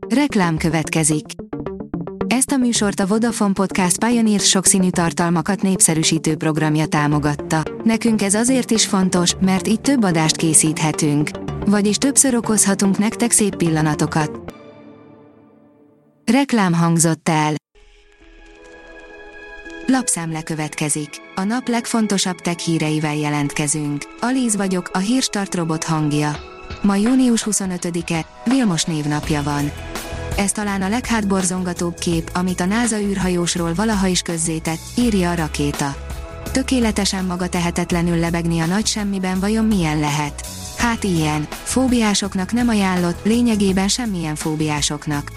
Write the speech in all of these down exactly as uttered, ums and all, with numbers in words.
Reklám következik. Ezt a műsort a Vodafone Podcast Pioneer sokszínű tartalmakat népszerűsítő programja támogatta. Nekünk ez azért is fontos, mert így több adást készíthetünk. Vagyis többször okozhatunk nektek szép pillanatokat. Reklám hangzott el. Lapszemle következik. A nap legfontosabb tech híreivel jelentkezünk. Alíz vagyok, a Hírstart robot hangja. Ma június huszonötödike, Vilmos névnapja van. Ez talán a leghátborzongatóbb kép, amit a NASA űrhajósról valaha is közzétett, írja a Rakéta. Tökéletesen magatehetetlenül lebegni a nagy semmiben vajon milyen lehet? Hát ilyen, fóbiásoknak nem ajánlott, lényegében semmilyen fóbiásoknak.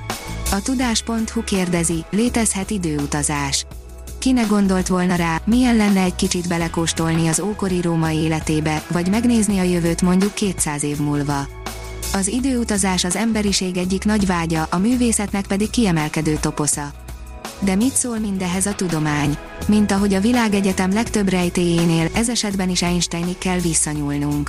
A tudás pont hu kérdezi, létezhet időutazás. Ki ne gondolt volna rá, milyen lenne egy kicsit belekóstolni az ókori Róma életébe, vagy megnézni a jövőt mondjuk kétszáz év múlva. Az időutazás az emberiség egyik nagy vágya, a művészetnek pedig kiemelkedő toposza. De mit szól mindehez a tudomány? Mint ahogy a világegyetem legtöbb rejtélyénél, ez esetben is Einsteinig kell visszanyúlnunk.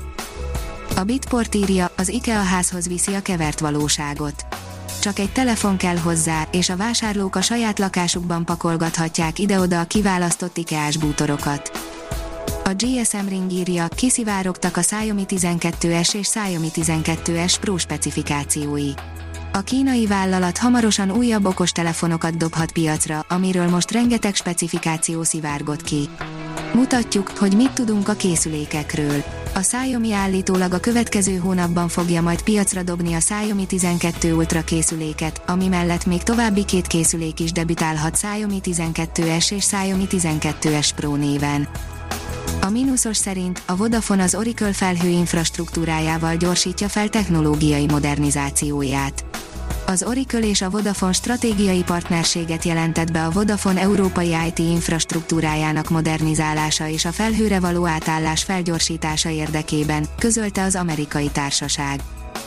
A Bitport írja, az IKEA házhoz viszi a kevert valóságot. Csak egy telefon kell hozzá, és a vásárlók a saját lakásukban pakolgathatják ide-oda a kiválasztott IKEA-s bútorokat. A gé es em Ring írja, kiszivárogtak a Xiaomi tizenkettő es és Xiaomi tizenkettő es Pro specifikációi. A kínai vállalat hamarosan újabb okostelefonokat dobhat piacra, amiről most rengeteg specifikáció szivárgott ki. Mutatjuk, hogy mit tudunk a készülékekről. A Xiaomi állítólag a következő hónapban fogja majd piacra dobni a Xiaomi tizenkettő Ultra készüléket, ami mellett még további két készülék is debütálhat Xiaomi tizenkettő es és Xiaomi tizenkettő es Pro néven. A mínuszos szerint a Vodafone az Oracle felhő infrastruktúrájával gyorsítja fel technológiai modernizációját. Az Oracle és a Vodafone stratégiai partnerséget jelentett be a Vodafone európai i té infrastruktúrájának modernizálása és a felhőre való átállás felgyorsítása érdekében, közölte az amerikai társaság.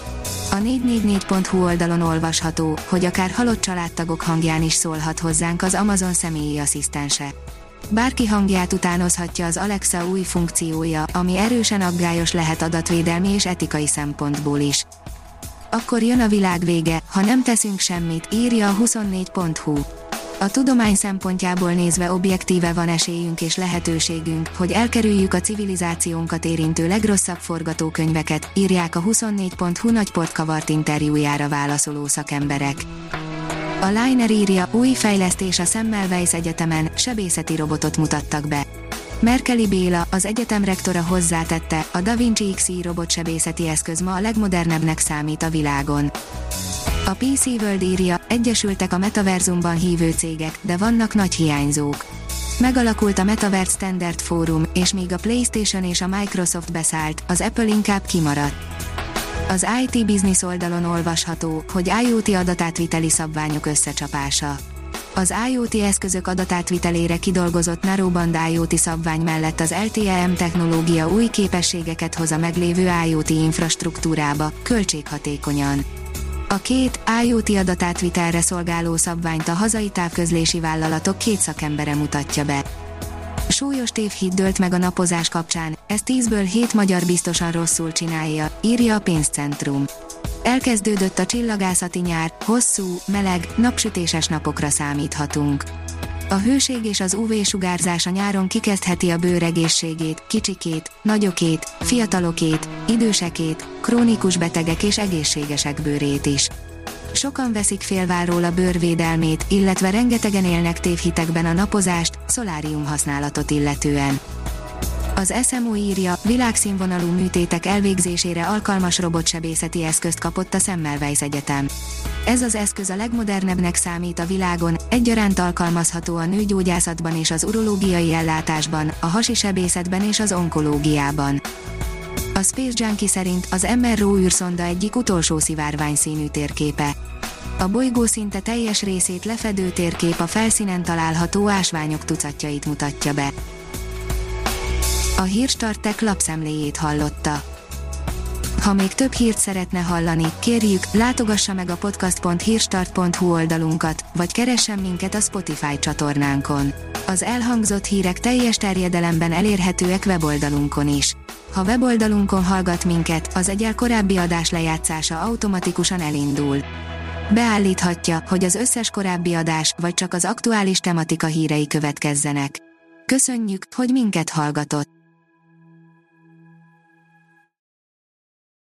A négy négy négy pont hu oldalon olvasható, hogy akár halott családtagok hangján is szólhat hozzánk az Amazon személyi asszisztense. Bárki hangját utánozhatja az Alexa új funkciója, ami erősen aggályos lehet adatvédelmi és etikai szempontból is. Akkor jön a világ vége, ha nem teszünk semmit, írja a huszonnégy pont hu. A tudomány szempontjából nézve objektíve van esélyünk és lehetőségünk, hogy elkerüljük a civilizációnkat érintő legrosszabb forgatókönyveket, írják a huszonnégy pont hu nagyport kavart interjújára válaszoló szakemberek. A Liner írja, új fejlesztés a Semmelweis Egyetemen, sebészeti robotot mutattak be. Merkeli Béla, az egyetem rektora hozzátette, a Da Vinci iksz i robotsebészeti eszköz ma a legmodernebbnek számít a világon. A pé cé World írja, egyesültek a metaverzumban hívő cégek, de vannak nagy hiányzók. Megalakult a Metaverse Standard Forum, és míg a PlayStation és a Microsoft beszállt, az Apple inkább kimaradt. Az i té Business oldalon olvasható, hogy IoT adatátviteli szabványok összecsapása. Az IoT eszközök adatátvitelére kidolgozott Narrowband IoT szabvány mellett az el té e em technológia új képességeket hoz a meglévő IoT infrastruktúrába, költséghatékonyan. A két IoT adatátvitelre szolgáló szabványt a hazai távközlési vállalatok két szakembere mutatja be. Súlyos tévhit dőlt meg a napozás kapcsán, ez tízből hét magyar biztosan rosszul csinálja, írja a Pénzcentrum. Elkezdődött a csillagászati nyár, hosszú, meleg, napsütéses napokra számíthatunk. A hőség és az ú vé-sugárzás a nyáron kikezdheti a bőr egészségét, kicsikét, nagyokét, fiatalokét, idősekét, krónikus betegek és egészségesek bőrét is. Sokan veszik félváról a bőrvédelmét, illetve rengetegen élnek tévhitekben a napozást, szolárium használatot illetően. Az es em o írja, világszínvonalú műtétek elvégzésére alkalmas robotsebészeti eszközt kapott a Semmelweis Egyetem. Ez az eszköz a legmodernebbnek számít a világon, egyaránt alkalmazható a nőgyógyászatban és az urológiai ellátásban, a hasi sebészetben és az onkológiában. A Space Junkie szerint az em er o űrszonda egyik utolsó szivárványszínű térképe. A bolygó szinte teljes részét lefedő térkép a felszínen található ásványok tucatjait mutatja be. A Hírstart Tech lapszemléjét hallotta. Ha még több hírt szeretne hallani, kérjük, látogassa meg a podcast pont hírstart pont hu oldalunkat, vagy keressen minket a Spotify csatornánkon. Az elhangzott hírek teljes terjedelemben elérhetőek weboldalunkon is. Ha weboldalunkon hallgat minket, az egyel korábbi adás lejátszása automatikusan elindul. Beállíthatja, hogy az összes korábbi adás, vagy csak az aktuális tematika hírei következzenek. Köszönjük, hogy minket hallgatott!